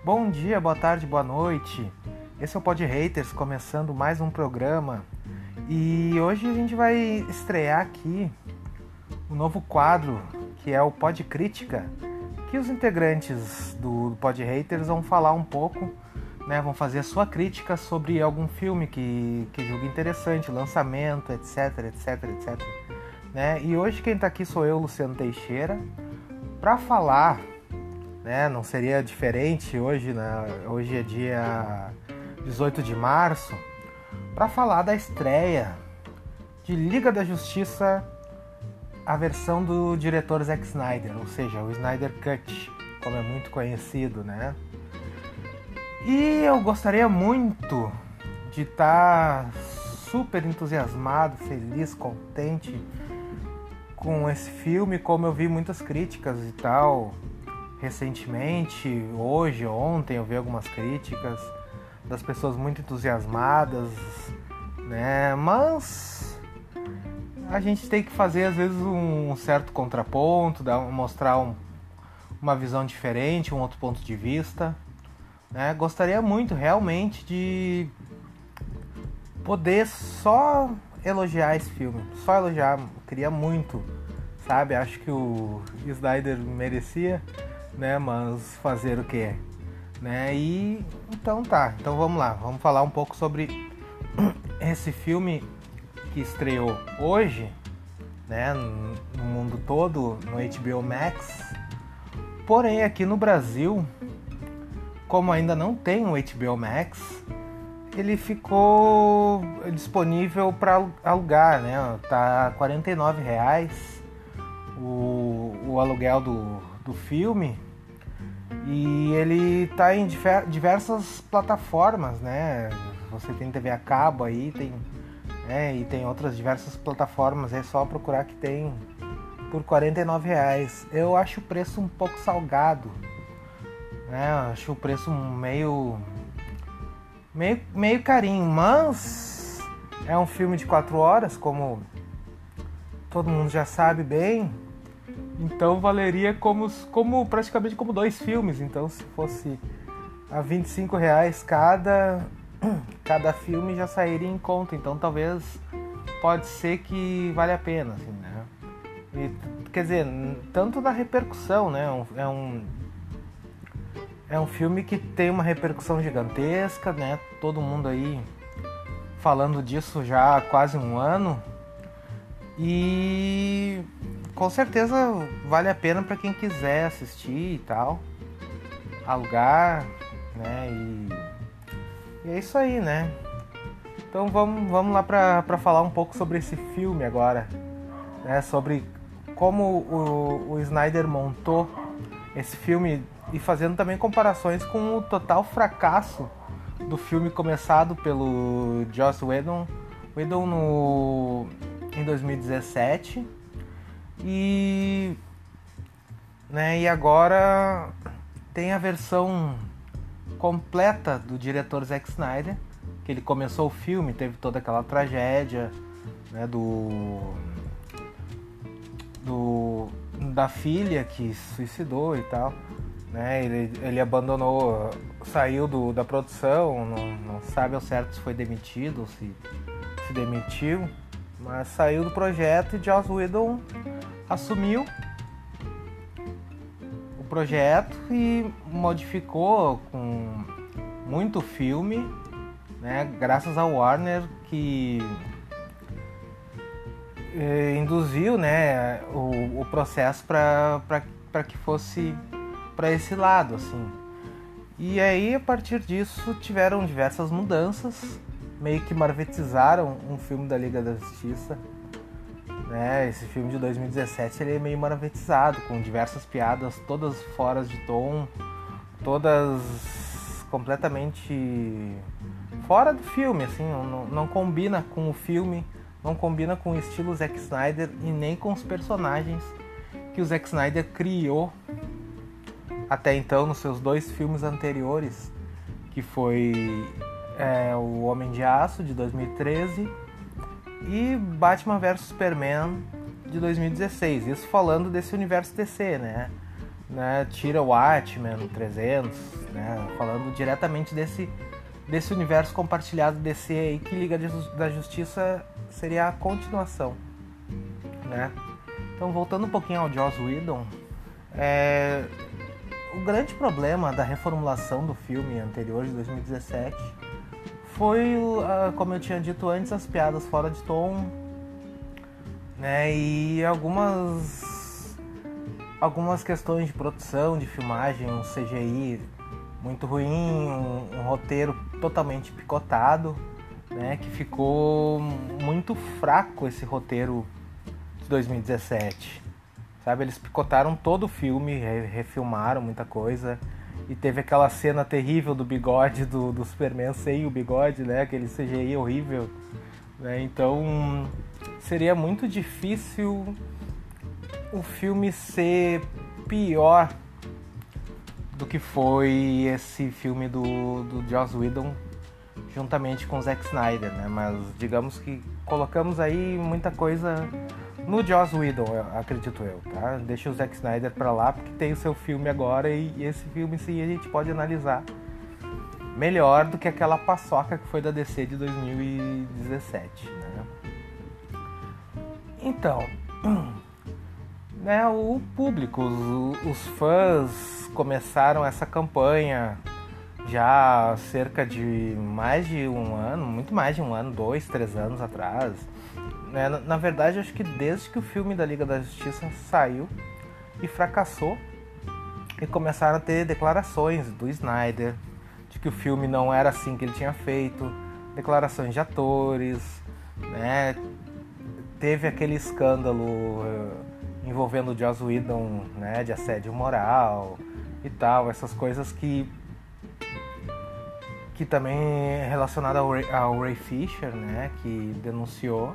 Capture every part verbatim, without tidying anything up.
Bom dia, boa tarde, boa noite. Esse é o Pod Haters, começando mais um programa. E hoje a gente vai estrear aqui um novo quadro, que é o Pod Crítica, que os integrantes do Pod Haters vão falar um pouco, né, vão fazer a sua crítica sobre algum filme que, que julga interessante, lançamento, etc, etc, etc. Né? E hoje quem está aqui sou eu, Luciano Teixeira, para falar, né, não seria diferente hoje, né, hoje é dia dezoito de março, para falar da estreia de Liga da Justiça, a versão do diretor Zack Snyder, ou seja, o Snyder Cut, como é muito conhecido, né? E eu gostaria muito de estar super entusiasmado, feliz, contente com esse filme, como eu vi muitas críticas e tal, recentemente, hoje, ontem, eu vi algumas críticas das pessoas muito entusiasmadas, né? Mas a gente tem que fazer, às vezes, um certo contraponto, dar, mostrar um, uma visão diferente, um outro ponto de vista, né? Gostaria muito, realmente, de poder só elogiar esse filme, só elogiar, queria muito, sabe? Acho que o Snyder merecia, né? Mas fazer o que, né? E então tá, então vamos lá, vamos falar um pouco sobre esse filme que estreou hoje, né? No mundo todo, no H B O Max. Porém, aqui no Brasil, como ainda não tem o H B O Max, ele ficou disponível para alugar, né? Tá quarenta e nove reais o, o aluguel do, do filme, e ele tá em diversas plataformas, né? Você tem T V a cabo aí, tem, né? E tem outras diversas plataformas, é só procurar que tem por quarenta e nove reais. Eu acho o preço um pouco salgado, né? Eu acho o preço meio Meio, meio carinho, mas é um filme de quatro horas, como todo mundo já sabe bem, então valeria como, como praticamente como dois filmes. Então, se fosse a vinte e cinco reais cada, cada filme, já sairia em conta. Então talvez, pode ser que vale a pena, assim, né? E, quer dizer, tanto da repercussão, né? É um É um filme que tem uma repercussão gigantesca, né? Todo mundo aí falando disso já há quase um ano. E com certeza vale a pena para quem quiser assistir e tal, alugar, né? E, e é isso aí, né? Então vamos, vamos lá para falar um pouco sobre esse filme agora, né? Sobre como o, o Snyder montou esse filme, e fazendo também comparações com o total fracasso do filme começado pelo Joss Whedon, Whedon no, em dois mil e dezessete, e, né, e agora tem a versão completa do diretor Zack Snyder, que ele começou o filme, teve toda aquela tragédia, né, do, do da filha que se suicidou e tal. Né, ele, ele abandonou, saiu do, da produção, não, não sabe ao certo se foi demitido ou se se demitiu, mas saiu do projeto e Joss Whedon assumiu o projeto e modificou com muito filme, né, graças ao Warner, que eh, induziu, né, o, o processo para que fosse para esse lado, assim. E aí, a partir disso, tiveram diversas mudanças, meio que marvetizaram um filme da Liga da Justiça, né? Esse filme de dois mil e dezessete, ele é meio marvetizado, com diversas piadas, todas fora de tom, todas completamente fora do filme, assim, não, não combina com o filme, não combina com o estilo Zack Snyder e nem com os personagens que o Zack Snyder criou até então nos seus dois filmes anteriores, que foi é, o Homem de Aço, de dois mil e treze, e Batman versus Superman, de dois mil e dezesseis. Isso falando desse universo D C, né? né, tira o Watchmen trezentos, né, falando diretamente desse, desse universo compartilhado D C aí, que Liga da Justiça seria a continuação, né? Então, voltando um pouquinho ao Joss Whedon, é, o grande problema da reformulação do filme anterior de dois mil e dezessete foi, como eu tinha dito antes, as piadas fora de tom, né, e algumas, algumas questões de produção, de filmagem, um C G I muito ruim, um, um roteiro totalmente picotado, né, que ficou muito fraco esse roteiro de dois mil e dezessete. Sabe, eles picotaram todo o filme, refilmaram muita coisa. E teve aquela cena terrível do bigode do, do Superman sem o bigode, né? Aquele C G I horrível, né? Então, seria muito difícil o filme ser pior do que foi esse filme do, do Joss Whedon juntamente com o Zack Snyder, né? Mas digamos que colocamos aí muita coisa no Joss Whedon, acredito eu, tá? Deixa o Zack Snyder pra lá, porque tem o seu filme agora e, e esse filme sim a gente pode analisar melhor do que aquela paçoca que foi da D C de dois mil e dezessete, né? Então, né, o público, os, os fãs começaram essa campanha já há cerca de mais de um ano, muito mais de um ano, dois, três anos atrás. Na, na verdade, acho que desde que o filme da Liga da Justiça saiu e fracassou, e começaram a ter declarações do Snyder de que o filme não era assim que ele tinha feito, declarações de atores, né? Teve aquele escândalo uh, envolvendo o Joss Whedon, né, de assédio moral e tal, essas coisas que que também é relacionado ao Ray, ao Ray Fisher, né, que denunciou.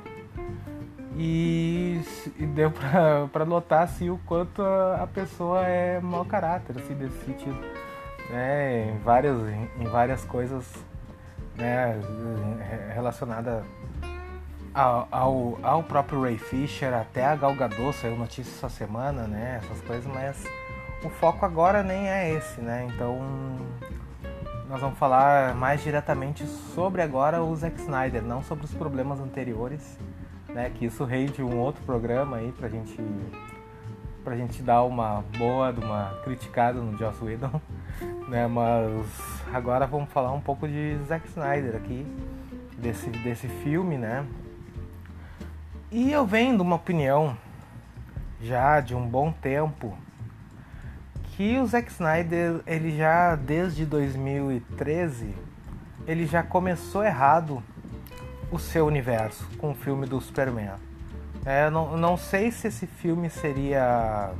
E, e deu pra, pra notar assim, o quanto a, a pessoa é mau caráter, assim, nesse sentido, né, em, várias, em, em várias coisas, né, relacionadas ao, ao, ao próprio Ray Fisher, até a Gal Gadot, saiu notícia essa semana, né, essas coisas, mas o foco agora nem é esse, né, então nós vamos falar mais diretamente sobre agora o Zack Snyder, não sobre os problemas anteriores, né, que isso rende um outro programa aí pra gente, pra gente dar uma boa, uma criticada no Joss Whedon, né, mas agora vamos falar um pouco de Zack Snyder aqui, desse, desse filme, né, e eu venho de uma opinião já de um bom tempo, que o Zack Snyder, ele já desde dois mil e treze, ele já começou errado o seu universo com o filme do Superman. É, não, não sei se esse filme seria...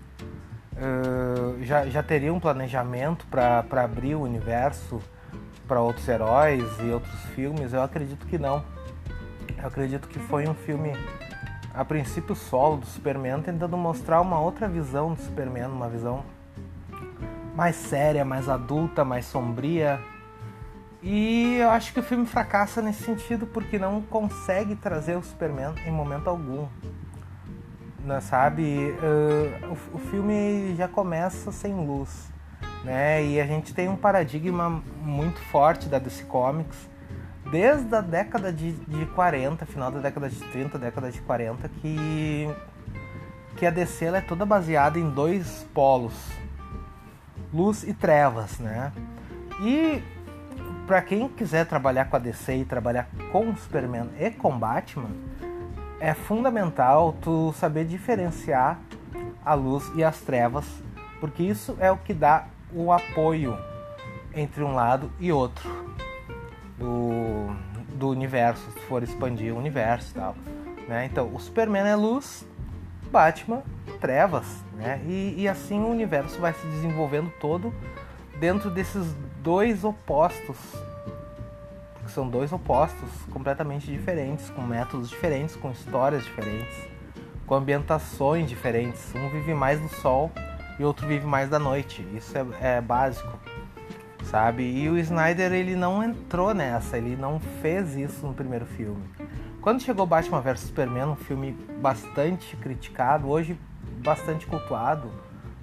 Uh, já, já teria um planejamento para abrir o universo para outros heróis e outros filmes. Eu acredito que não. Eu acredito que foi um filme, a princípio, solo do Superman, tentando mostrar uma outra visão do Superman, uma visão mais séria, mais adulta, mais sombria. E eu acho que o filme fracassa nesse sentido porque não consegue trazer o Superman em momento algum. Não, sabe? Uh, o, o filme já começa sem luz, né? E a gente tem um paradigma muito forte da D C Comics desde a década de, de quarenta, final da década de trinta, década de quarenta, que, que a D C ela é toda baseada em dois polos, luz e trevas, né? E para quem quiser trabalhar com a D C e trabalhar com o Superman e com Batman, é fundamental tu saber diferenciar a luz e as trevas, porque isso é o que dá o apoio entre um lado e outro do, do universo, se for expandir o universo e tal, né? Então, o Superman é luz, Batman trevas, né? E, e assim o universo vai se desenvolvendo todo dentro desses dois opostos, porque são dois opostos completamente diferentes, com métodos diferentes, com histórias diferentes, com ambientações diferentes. Um vive mais do sol e outro vive mais da noite. Isso é, é básico, sabe? E o Snyder, ele não entrou nessa, ele não fez isso no primeiro filme. Quando chegou Batman versus Superman, um filme bastante criticado, hoje bastante cultuado,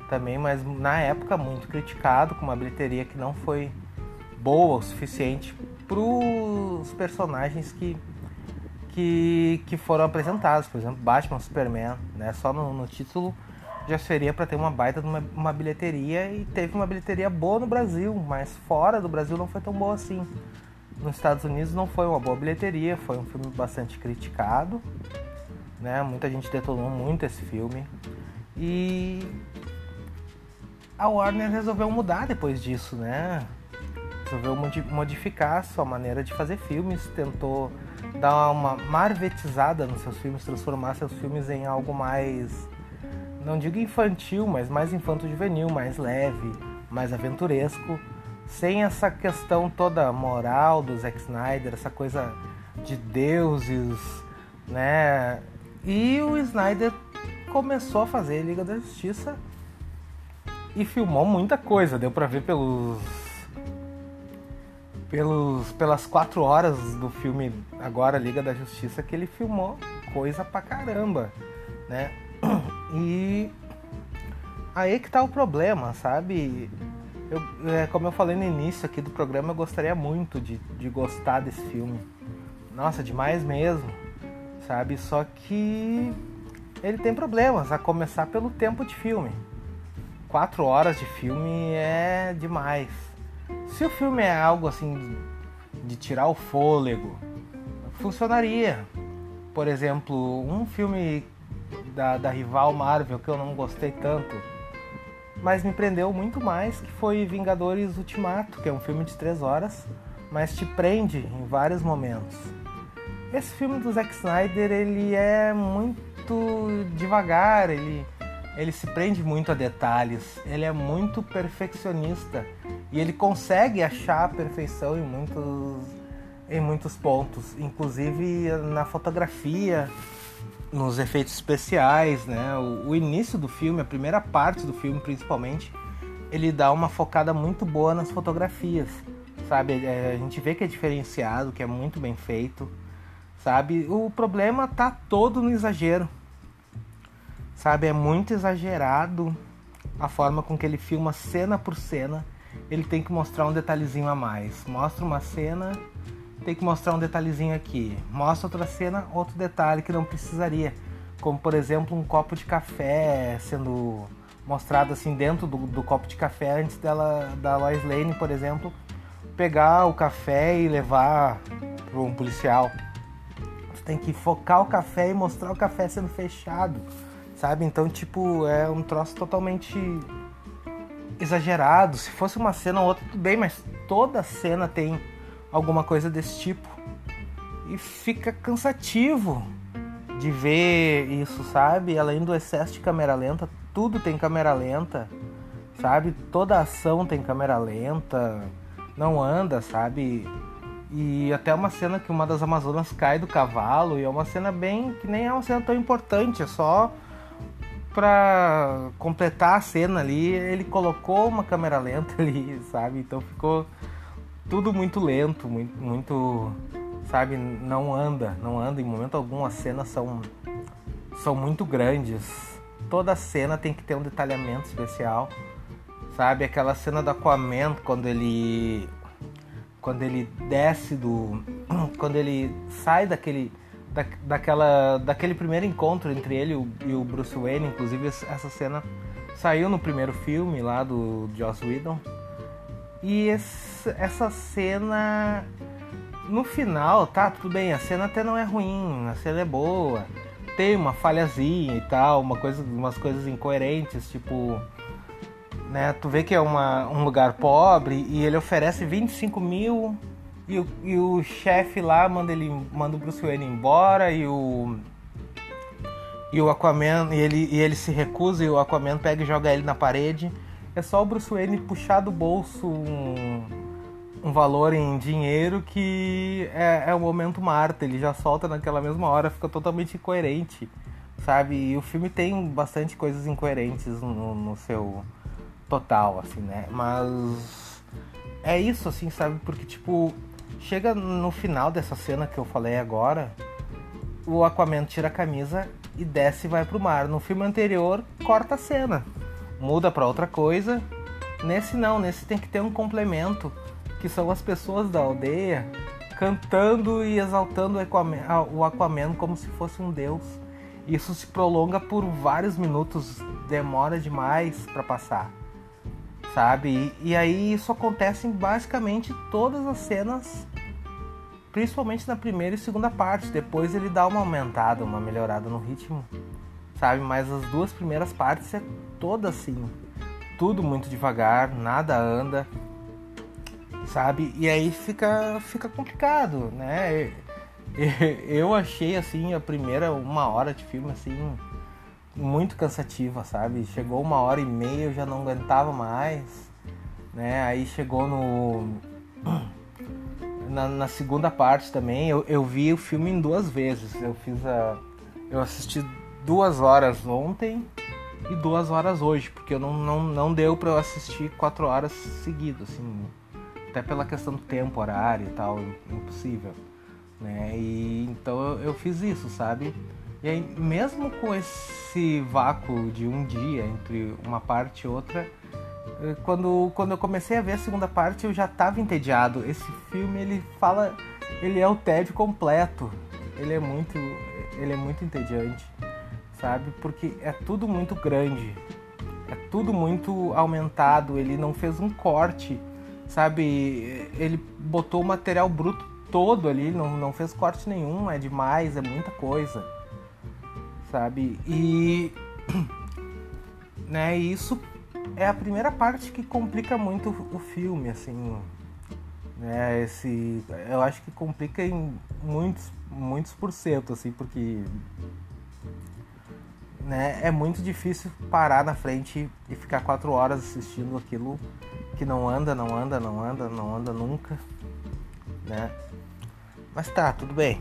também, mas na época muito criticado, com uma bilheteria que não foi boa o suficiente para os personagens que, que, que foram apresentados. Por exemplo, Batman, Superman, né? Só no, no título já seria para ter uma baita de uma, uma bilheteria, e teve uma bilheteria boa no Brasil, mas fora do Brasil não foi tão boa assim. Nos Estados Unidos não foi uma boa bilheteria, foi um filme bastante criticado, né? Muita gente detonou muito esse filme, e a Warner resolveu mudar depois disso, né? Resolveu modificar a sua maneira de fazer filmes, tentou dar uma marvetizada nos seus filmes, transformar seus filmes em algo mais, não digo infantil, mas mais infanto-juvenil, mais leve, mais aventuresco, sem essa questão toda moral do Zack Snyder, essa coisa de deuses, né? E o Snyder começou a fazer Liga da Justiça e filmou muita coisa, deu pra ver pelos, pelos pelas quatro horas do filme agora, Liga da Justiça, que ele filmou coisa pra caramba, né? E aí que tá o problema, sabe? Eu, é, como eu falei no início aqui do programa, eu gostaria muito de, de gostar desse filme. Nossa, demais mesmo, sabe? Só que ele tem problemas, a começar pelo tempo de filme. Quatro horas de filme é demais. Se o filme é algo assim de tirar o fôlego, funcionaria. Por exemplo, um filme da, da rival Marvel que eu não gostei tanto, mas me prendeu muito mais, que foi Vingadores Ultimato, que é um filme de três horas, mas te prende em vários momentos. Esse filme do Zack Snyder, ele é muito devagar, ele, ele se prende muito a detalhes, ele é muito perfeccionista e ele consegue achar a perfeição em muitos, em muitos pontos, inclusive na fotografia, nos efeitos especiais, né? O, o início do filme, a primeira parte do filme principalmente, ele dá uma focada muito boa nas fotografias, sabe? É, a gente vê que é diferenciado, que é muito bem feito, sabe? O problema tá todo no exagero, sabe? É muito exagerado a forma com que ele filma cena por cena. Ele tem que mostrar um detalhezinho a mais. Mostra uma cena, tem que mostrar um detalhezinho aqui. Mostra outra cena, outro detalhe que não precisaria. Como, por exemplo, um copo de café sendo mostrado assim dentro do, do copo de café antes dela, da Lois Lane, por exemplo, pegar o café e levar para um policial. Você tem que focar o café e mostrar o café sendo fechado, sabe? Então, tipo, é um troço totalmente exagerado. Se fosse uma cena ou outra, tudo bem, mas toda cena tem alguma coisa desse tipo. E fica cansativo de ver isso, sabe? Além do excesso de câmera lenta, tudo tem câmera lenta, sabe? Toda ação tem câmera lenta, não anda, sabe? E até uma cena que uma das Amazonas cai do cavalo, e é uma cena bem... que nem é uma cena tão importante, é só pra completar a cena ali, ele colocou uma câmera lenta ali, sabe? Então ficou tudo muito lento, muito, muito, sabe? Não anda, não anda em momento algum. As cenas são, são muito grandes. Toda cena tem que ter um detalhamento especial, sabe? Aquela cena do Aquaman, quando ele quando ele desce do... quando ele sai daquele... Da, daquela, daquele primeiro encontro entre ele e o Bruce Wayne. Inclusive essa cena saiu no primeiro filme lá do Joss Whedon. E esse, essa cena no final, tá, tudo bem, a cena até não é ruim, a cena é boa, tem uma falhazinha e tal, uma coisa, umas coisas incoerentes, tipo, né, tu vê que é uma, um lugar pobre e ele oferece vinte e cinco mil e o, e o chefe lá manda, ele, manda o Bruce Wayne embora, e o e o Aquaman, e ele, e ele se recusa, e o Aquaman pega e joga ele na parede. É só o Bruce Wayne puxar do bolso um, um valor em dinheiro que é, é o momento Marta, ele já solta naquela mesma hora, fica totalmente incoerente, sabe? E o filme tem bastante coisas incoerentes no, no seu total, assim, né? Mas é isso, assim, sabe? Porque, tipo, chega no final dessa cena que eu falei agora, o Aquaman tira a camisa e desce e vai pro mar. No filme anterior, corta a cena. muda pra outra coisa. Nesse não, nesse tem que ter um complemento, que são as pessoas da aldeia cantando e exaltando o Aquaman, o Aquaman como se fosse um deus. Isso se prolonga por vários minutos, demora demais pra passar, sabe? E, e aí isso acontece em basicamente todas as cenas, principalmente na primeira e segunda parte. Depois ele dá uma aumentada, uma melhorada no ritmo, sabe? Mas as duas primeiras partes é toda assim, tudo muito devagar, nada anda, sabe? E aí fica, fica complicado, né? Eu achei assim a primeira uma hora de filme assim muito cansativa, sabe? Chegou uma hora e meia, eu já não aguentava mais, né? Aí chegou no na, na segunda parte também, eu, eu vi o filme em duas vezes. Eu fiz a eu assisti duas horas ontem e duas horas hoje, porque eu não, não, não deu pra eu assistir quatro horas seguidas, assim, até pela questão do tempo, horário e tal, impossível, né? E então eu, eu fiz isso, sabe? E aí, mesmo com esse vácuo de um dia entre uma parte e outra, quando, quando eu comecei a ver a segunda parte, eu já estava entediado. Esse filme, ele fala, ele é o tédio completo. Ele é muito, ele é muito entediante, sabe? Porque é tudo muito grande, é tudo muito aumentado. Ele não fez um corte, sabe? Ele botou o material bruto todo ali, não, não fez corte nenhum. É demais, é muita coisa, sabe? E né, isso é a primeira parte que complica muito o filme, assim, né? Esse, eu acho que complica em muitos, muitos por cento, assim, porque né, é muito difícil parar na frente e ficar quatro horas assistindo aquilo que não anda, não anda, não anda, não anda nunca, né? Mas tá, tudo bem.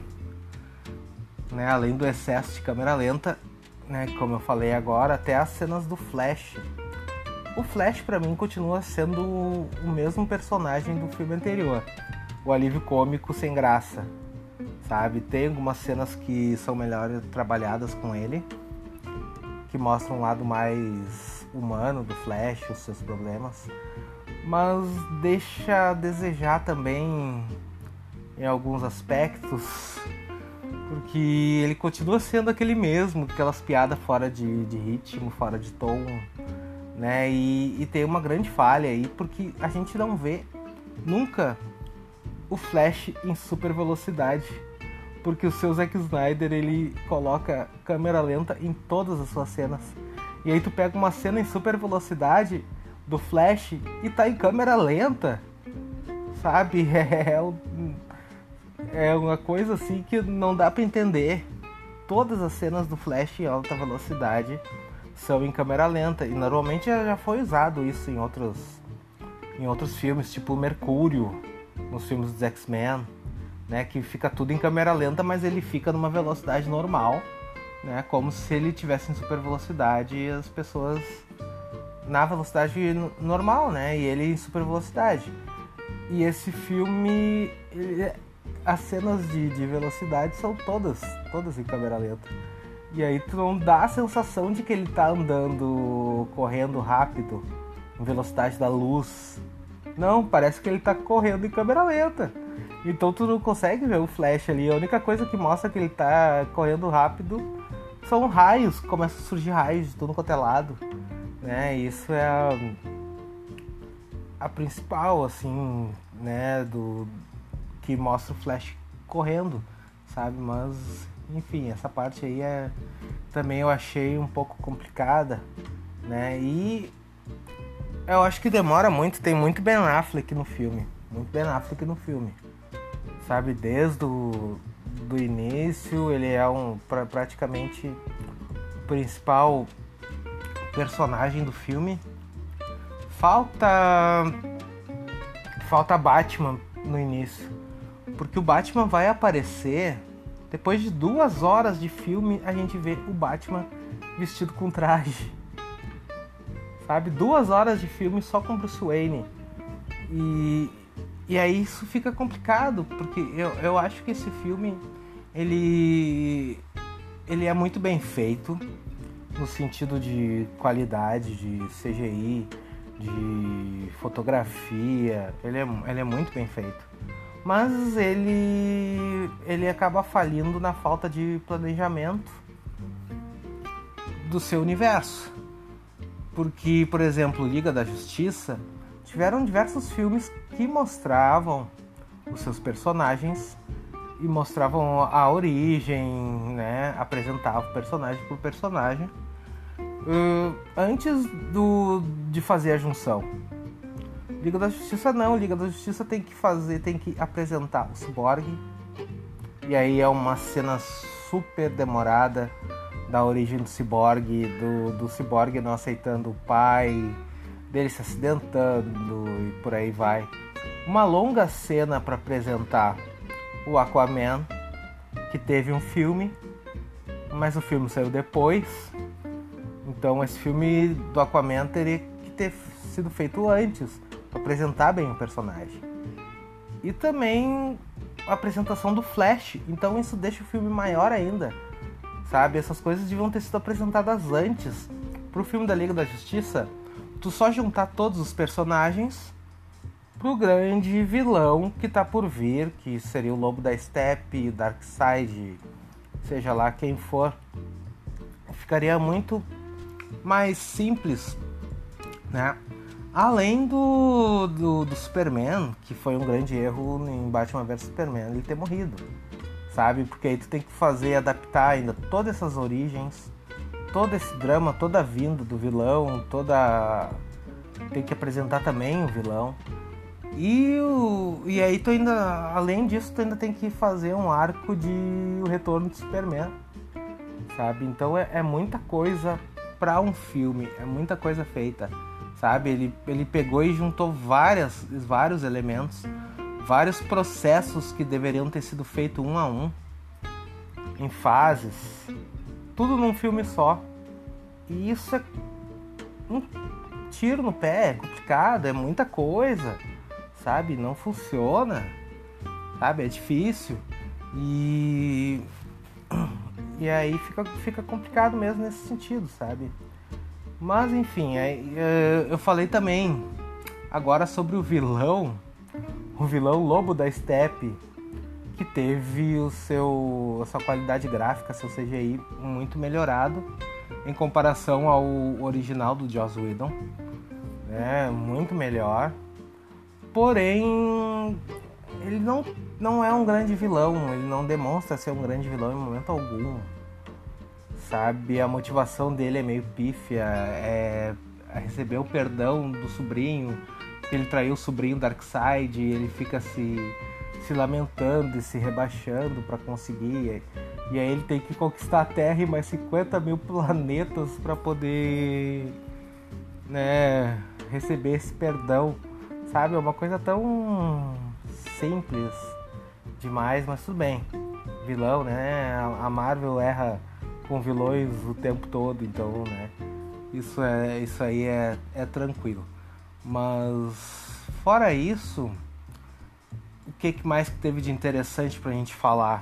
Né, além do excesso de câmera lenta, né, como eu falei agora, até as cenas do Flash. O Flash pra mim continua sendo o mesmo personagem do filme anterior, o alívio cômico sem graça, sabe? Tem algumas cenas que são melhor trabalhadas com ele, que mostram um lado mais humano do Flash, os seus problemas, mas deixa a desejar também em alguns aspectos, porque ele continua sendo aquele mesmo, aquelas piadas fora de, de ritmo, fora de tom, né? E, e tem uma grande falha aí, porque a gente não vê nunca o Flash em super velocidade, porque o seu Zack Snyder, ele coloca câmera lenta em todas as suas cenas. E aí tu pega uma cena em super velocidade do Flash e tá em câmera lenta, sabe? É, é uma coisa assim que não dá pra entender. Todas as cenas do Flash em alta velocidade são em câmera lenta, e normalmente já foi usado isso em outros, em outros filmes, tipo Mercúrio, nos filmes dos X-Men, né, que fica tudo em câmera lenta, mas ele fica numa velocidade normal, né, como se ele tivesse em super velocidade e as pessoas na velocidade normal, né, e ele em super velocidade. E esse filme, ele, as cenas de, de velocidade são todas, todas em câmera lenta. E aí tu não dá a sensação de que ele tá andando, correndo rápido, em velocidade da luz. Não, parece que ele tá correndo em câmera lenta. Então tu não consegue ver o Flash ali. A única coisa que mostra que ele tá correndo rápido são raios, começam a surgir raios de tudo quanto é lado, né? Isso é a, a principal, assim, né, do que mostra o Flash correndo, sabe? Mas enfim, essa parte aí é, também eu achei um pouco complicada, né? E eu acho que demora muito, tem muito Ben Affleck no filme, muito Ben Affleck no filme, sabe? Desde o do início, ele é um pra, praticamente o principal personagem do filme. Falta falta Batman no início, porque o Batman vai aparecer depois de duas horas de filme. A gente vê o Batman vestido com traje, sabe? Duas horas de filme só com Bruce Wayne. E, e aí isso fica complicado, porque eu, eu acho que esse filme, ele, ele é muito bem feito. no sentido de qualidade, de C G I, de fotografia, ele é, ele é muito bem feito. Mas ele, ele acaba falindo na falta de planejamento do seu universo. Porque, por exemplo, Liga da Justiça, tiveram diversos filmes que mostravam os seus personagens e mostravam a origem, né? Apresentavam personagem por personagem uh, antes do, de fazer a junção. Liga da Justiça não, Liga da Justiça tem que fazer, tem que apresentar o Cyborg, e aí é uma cena super demorada da origem do Cyborg, do, do Cyborg não aceitando o pai, dele se acidentando e por aí vai. Uma longa cena para apresentar o Aquaman, que teve um filme, mas o filme saiu depois, então esse filme do Aquaman teria que ter sido feito antes, para apresentar bem o personagem. E também a apresentação do Flash, então isso deixa o filme maior ainda, sabe? Essas coisas deviam ter sido apresentadas antes. Pro filme da Liga da Justiça, tu só juntar todos os personagens pro grande vilão que tá por vir, que seria o Lobo da Steppe, Darkseid, seja lá quem for, ficaria muito mais simples, né? Além do, do, do Superman, que foi um grande erro em Batman versus Superman, ele ter morrido, sabe? Porque aí tu tem que fazer, adaptar ainda todas essas origens, todo esse drama, toda a vinda do vilão, toda... tem que apresentar também o vilão. E, o, e aí tu ainda, além disso, tu ainda tem que fazer um arco de o retorno de Superman, sabe? Então é, é muita coisa para um filme, é muita coisa feita, sabe? Ele, ele pegou e juntou várias, vários elementos, vários processos que deveriam ter sido feitos um a um, em fases, tudo num filme só. E isso é um tiro no pé, é complicado, é muita coisa, sabe? Não funciona, sabe? É difícil. E, e aí fica, fica complicado mesmo nesse sentido, sabe? Mas enfim, eu falei também agora sobre o vilão, o vilão Lobo da Steppe, que teve o seu, a sua qualidade gráfica, seu C G I muito melhorado em comparação ao original do Joss Whedon, né? Muito melhor. Porém, ele não, não é um grande vilão, ele não demonstra ser um grande vilão em momento algum, sabe? A motivação dele é meio pífia, é, é receber o perdão do sobrinho, porque ele traiu o sobrinho Darkseid, e ele fica se, se lamentando e se rebaixando para conseguir, e aí ele tem que conquistar a Terra e mais cinquenta mil planetas para poder, né, receber esse perdão. Sabe, é uma coisa tão simples demais, mas tudo bem. Vilão, né? A Marvel erra com vilões o tempo todo, então, né? Isso, é, isso aí é, é tranquilo. Mas, fora isso, o que mais que teve de interessante pra gente falar?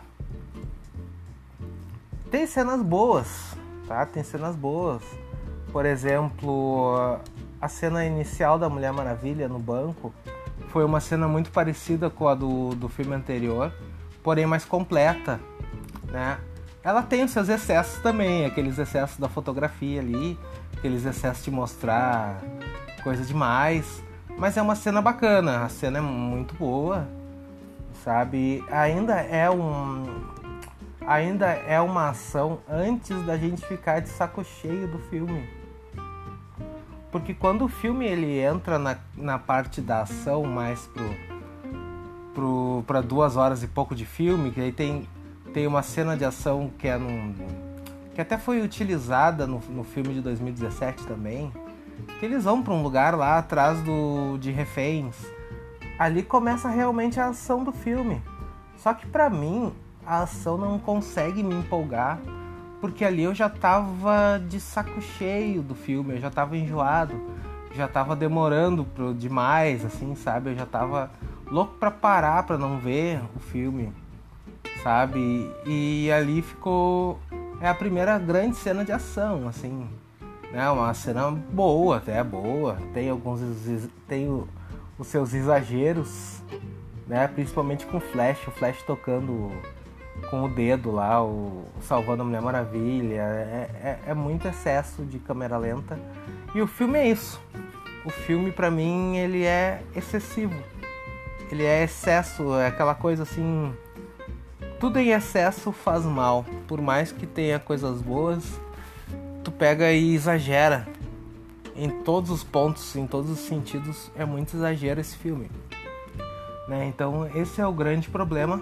Tem cenas boas, tá? Tem cenas boas. Por exemplo, a cena inicial da Mulher Maravilha no banco foi uma cena muito parecida com a do, do filme anterior, porém mais completa, né? Ela tem os seus excessos também, aqueles excessos da fotografia ali, aqueles excessos de mostrar coisa demais, mas é uma cena bacana, a cena é muito boa, sabe? Ainda é um... ainda é uma ação antes da gente ficar de saco cheio do filme. Porque quando o filme ele entra na, na parte da ação, mais pro, pro, pra duas horas e pouco de filme, que aí tem, tem uma cena de ação que é num, que até foi utilizada no, no filme de dois mil e dezessete também, que eles vão para um lugar lá atrás do, de reféns. Ali começa realmente a ação do filme. Só que pra mim, a ação não consegue me empolgar, porque ali eu já tava de saco cheio do filme, eu já tava enjoado, já tava demorando pro, demais, assim, sabe? Eu já tava louco pra parar, pra não ver o filme, sabe? E ali ficou, é a primeira grande cena de ação, assim, né? Uma cena boa, até boa, tem alguns tem o, os seus exageros, né? Principalmente com o Flash, o Flash tocando com o dedo lá, o, salvando a Mulher Maravilha, é, é, é muito excesso de câmera lenta, e o filme é isso. O filme, pra mim, ele é excessivo, ele é excesso, é aquela coisa assim, tudo em excesso faz mal, por mais que tenha coisas boas, tu pega e exagera em todos os pontos, em todos os sentidos, é muito exagero esse filme, né? Então esse é o grande problema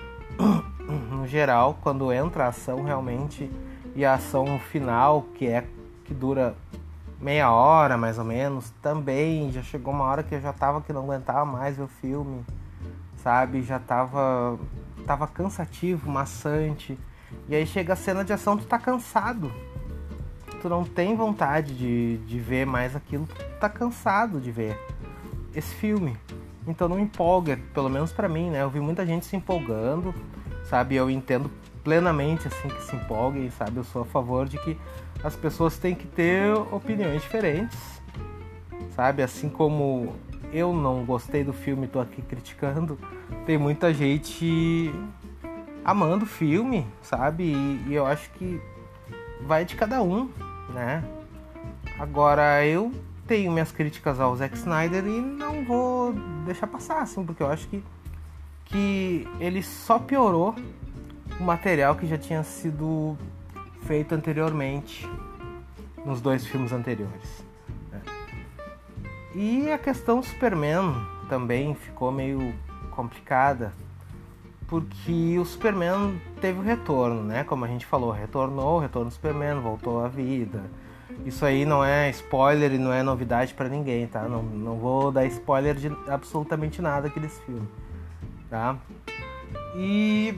no geral, quando entra a ação realmente, e a ação final, que é que dura meia hora mais ou menos, também já chegou uma hora que eu já tava que não aguentava mais ver o filme, sabe? Já tava tava cansativo, maçante. E aí chega a cena de ação, tu tá cansado, tu não tem vontade de, de ver mais aquilo, tu tá cansado de ver esse filme, então não empolga, pelo menos pra mim, né? Eu vi muita gente se empolgando, sabe? Eu entendo plenamente, assim, que se empolguem, sabe? Eu sou a favor de que as pessoas têm que ter opiniões diferentes, sabe? Assim como eu não gostei do filme e tô aqui criticando, tem muita gente amando o filme, sabe? E, e eu acho que vai de cada um, né? Agora, eu tenho minhas críticas ao Zack Snyder e não vou deixar passar, assim, porque eu acho que, que ele só piorou o material que já tinha sido feito anteriormente, nos dois filmes anteriores, né? E a questão Superman também ficou meio complicada, porque o Superman teve o retorno, né? Como a gente falou, retornou, o retorno do Superman, voltou à vida. Isso aí não é spoiler e não é novidade pra ninguém, tá? Não, não vou dar spoiler de absolutamente nada aqui desse filme, tá? E...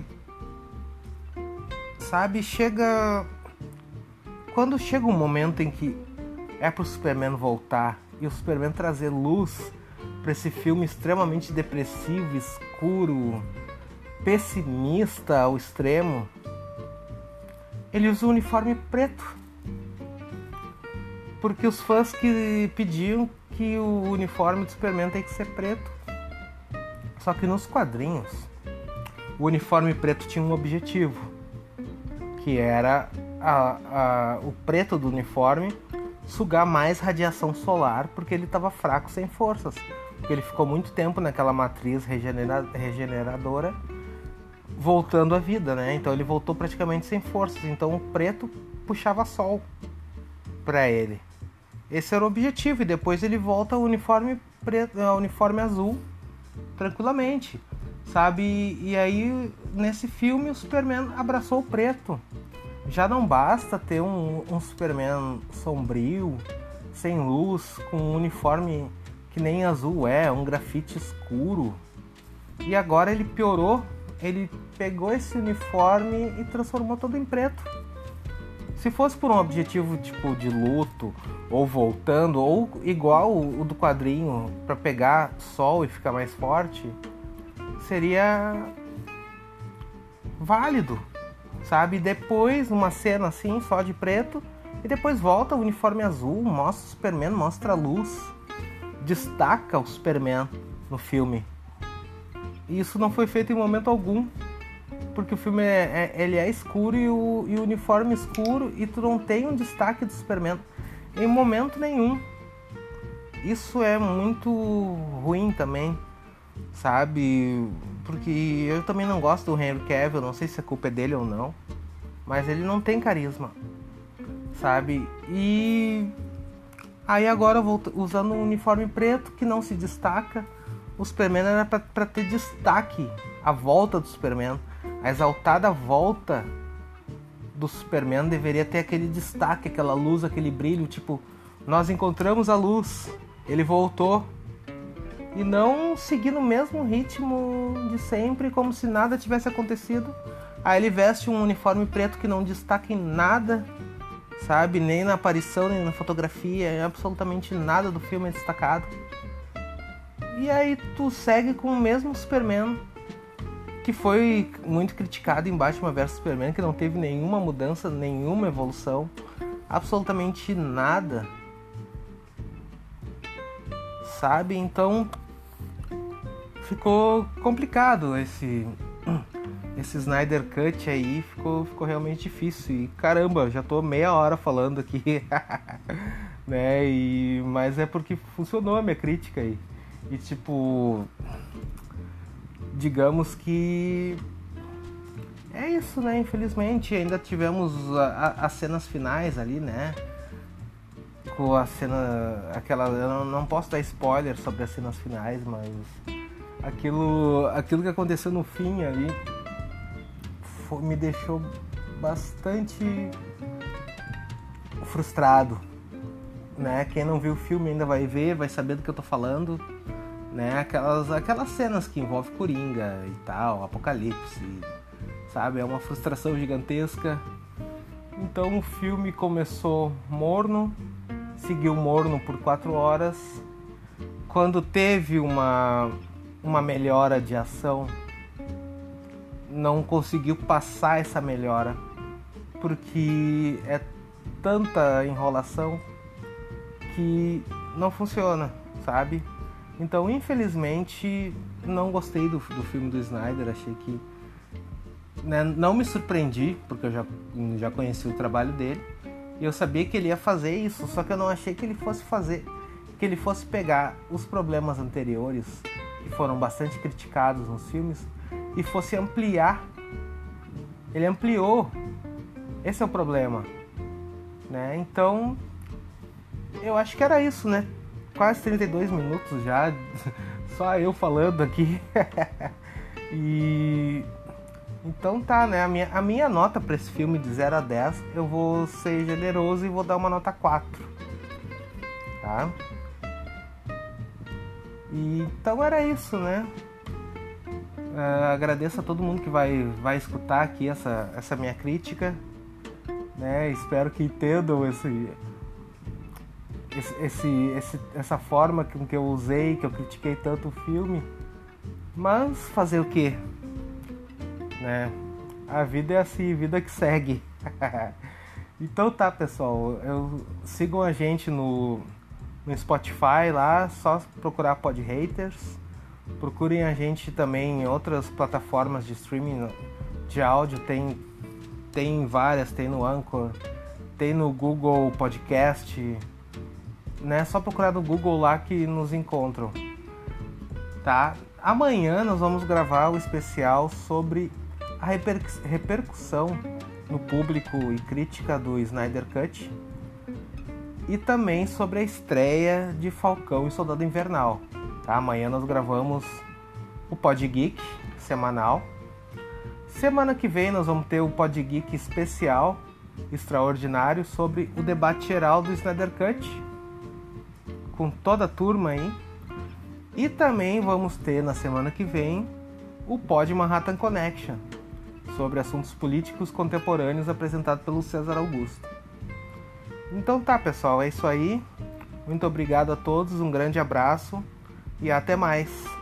sabe, chega... quando chega um momento em que é pro Superman voltar e o Superman trazer luz pra esse filme extremamente depressivo, escuro, pessimista ao extremo, ele usa o uniforme preto, porque os fãs que pediam que o uniforme do Superman tem que ser preto. Só que nos quadrinhos o uniforme preto tinha um objetivo, que era a, a, o preto do uniforme sugar mais radiação solar, porque ele estava fraco, sem forças, porque ele ficou muito tempo naquela matriz regenera, regeneradora, voltando à vida, né? Então ele voltou praticamente sem forças, então o preto puxava sol para ele. Esse era o objetivo, e depois ele volta ao uniforme preto, ao uniforme azul tranquilamente, sabe? E aí nesse filme o Superman abraçou o preto. Já não basta ter um, um Superman sombrio, sem luz, com um uniforme que nem azul é, um grafite escuro. E agora ele piorou, ele pegou esse uniforme e transformou todo em preto. Se fosse por um objetivo tipo de luto, ou voltando, ou igual o do quadrinho, para pegar sol e ficar mais forte, seria válido, sabe? Depois uma cena assim, só de preto, e depois volta o uniforme azul, mostra o Superman, mostra a luz, destaca o Superman no filme. E isso não foi feito em momento algum, porque o filme é, é, ele é escuro e o, e o uniforme escuro, e tu não tem um destaque do Superman em momento nenhum. Isso é muito ruim também, sabe? Porque eu também não gosto do Henry Cavill, não sei se a culpa é dele ou não, mas ele não tem carisma, sabe? E aí agora, usando um uniforme preto que não se destaca, o Superman era pra, pra ter destaque, a volta do Superman, a exaltada volta do Superman deveria ter aquele destaque, aquela luz, aquele brilho, tipo, nós encontramos a luz, ele voltou. E não seguir no mesmo ritmo de sempre, como se nada tivesse acontecido. Aí ele veste um uniforme preto que não destaca em nada, sabe? Nem na aparição, nem na fotografia, absolutamente nada do filme é destacado. E aí tu segue com o mesmo Superman, que foi muito criticado em Batman versus Superman, que não teve nenhuma mudança, nenhuma evolução, absolutamente nada, sabe? Então ficou complicado esse esse Snyder Cut aí, ficou, ficou realmente difícil. E caramba, já tô meia hora falando aqui, né? E, mas é porque funcionou a minha crítica aí. E tipo, digamos que é isso, né? Infelizmente ainda tivemos a, a, as cenas finais ali, né? Com a cena, aquela, eu não, não posso dar spoiler sobre as cenas finais, mas aquilo, aquilo que aconteceu no fim ali foi, me deixou bastante frustrado, né? Quem não viu o filme ainda vai ver, vai saber do que eu tô falando, né? Aquelas, aquelas cenas que envolvem Coringa e tal, Apocalipse, sabe? É uma frustração gigantesca. Então o filme começou morno, seguiu morno por quatro horas. Quando teve uma, uma melhora de ação, não conseguiu passar essa melhora, porque é tanta enrolação que não funciona, sabe? Então, infelizmente, não gostei do, do filme do Snyder. Achei que, né, não me surpreendi, porque eu já, já conheci o trabalho dele e eu sabia que ele ia fazer isso, só que eu não achei que ele fosse fazer, que ele fosse pegar os problemas anteriores, que foram bastante criticados nos filmes, e fosse ampliar. Ele ampliou. Esse é o problema, né? Então, eu acho que era isso, né? Quase trinta e dois minutos já, só eu falando aqui. E então tá, né? A minha, a minha nota para esse filme de zero a dez, eu vou ser generoso e vou dar uma nota quatro, tá? E então era isso, né? Uh, agradeço a todo mundo que vai, vai escutar aqui essa, essa minha crítica, né? Espero que entendam esse, esse, esse, esse, essa forma com que eu usei, que eu critiquei tanto o filme. Mas fazer o quê? Né? A vida é assim, vida que segue. Então tá, pessoal, eu, sigam a gente no, no Spotify lá, só procurar Pod Haters. Procurem a gente também em outras plataformas de streaming de áudio, tem, tem várias, tem no Anchor, tem no Google Podcast, né? Só procurar no Google lá que nos encontram, tá? Amanhã nós vamos gravar o especial sobre a reper- repercussão no público e crítica do Snyder Cut, e também sobre a estreia de Falcão e Soldado Invernal. Tá? Amanhã nós gravamos o Pod Geek semanal. Semana que vem nós vamos ter o Pod Geek especial, extraordinário, sobre o debate geral do Snyder Cut, com toda a turma aí. E também vamos ter na semana que vem o Pod Manhattan Connection, sobre assuntos políticos contemporâneos, apresentado pelo César Augusto. Então tá, pessoal, é isso aí. Muito obrigado a todos, um grande abraço e até mais.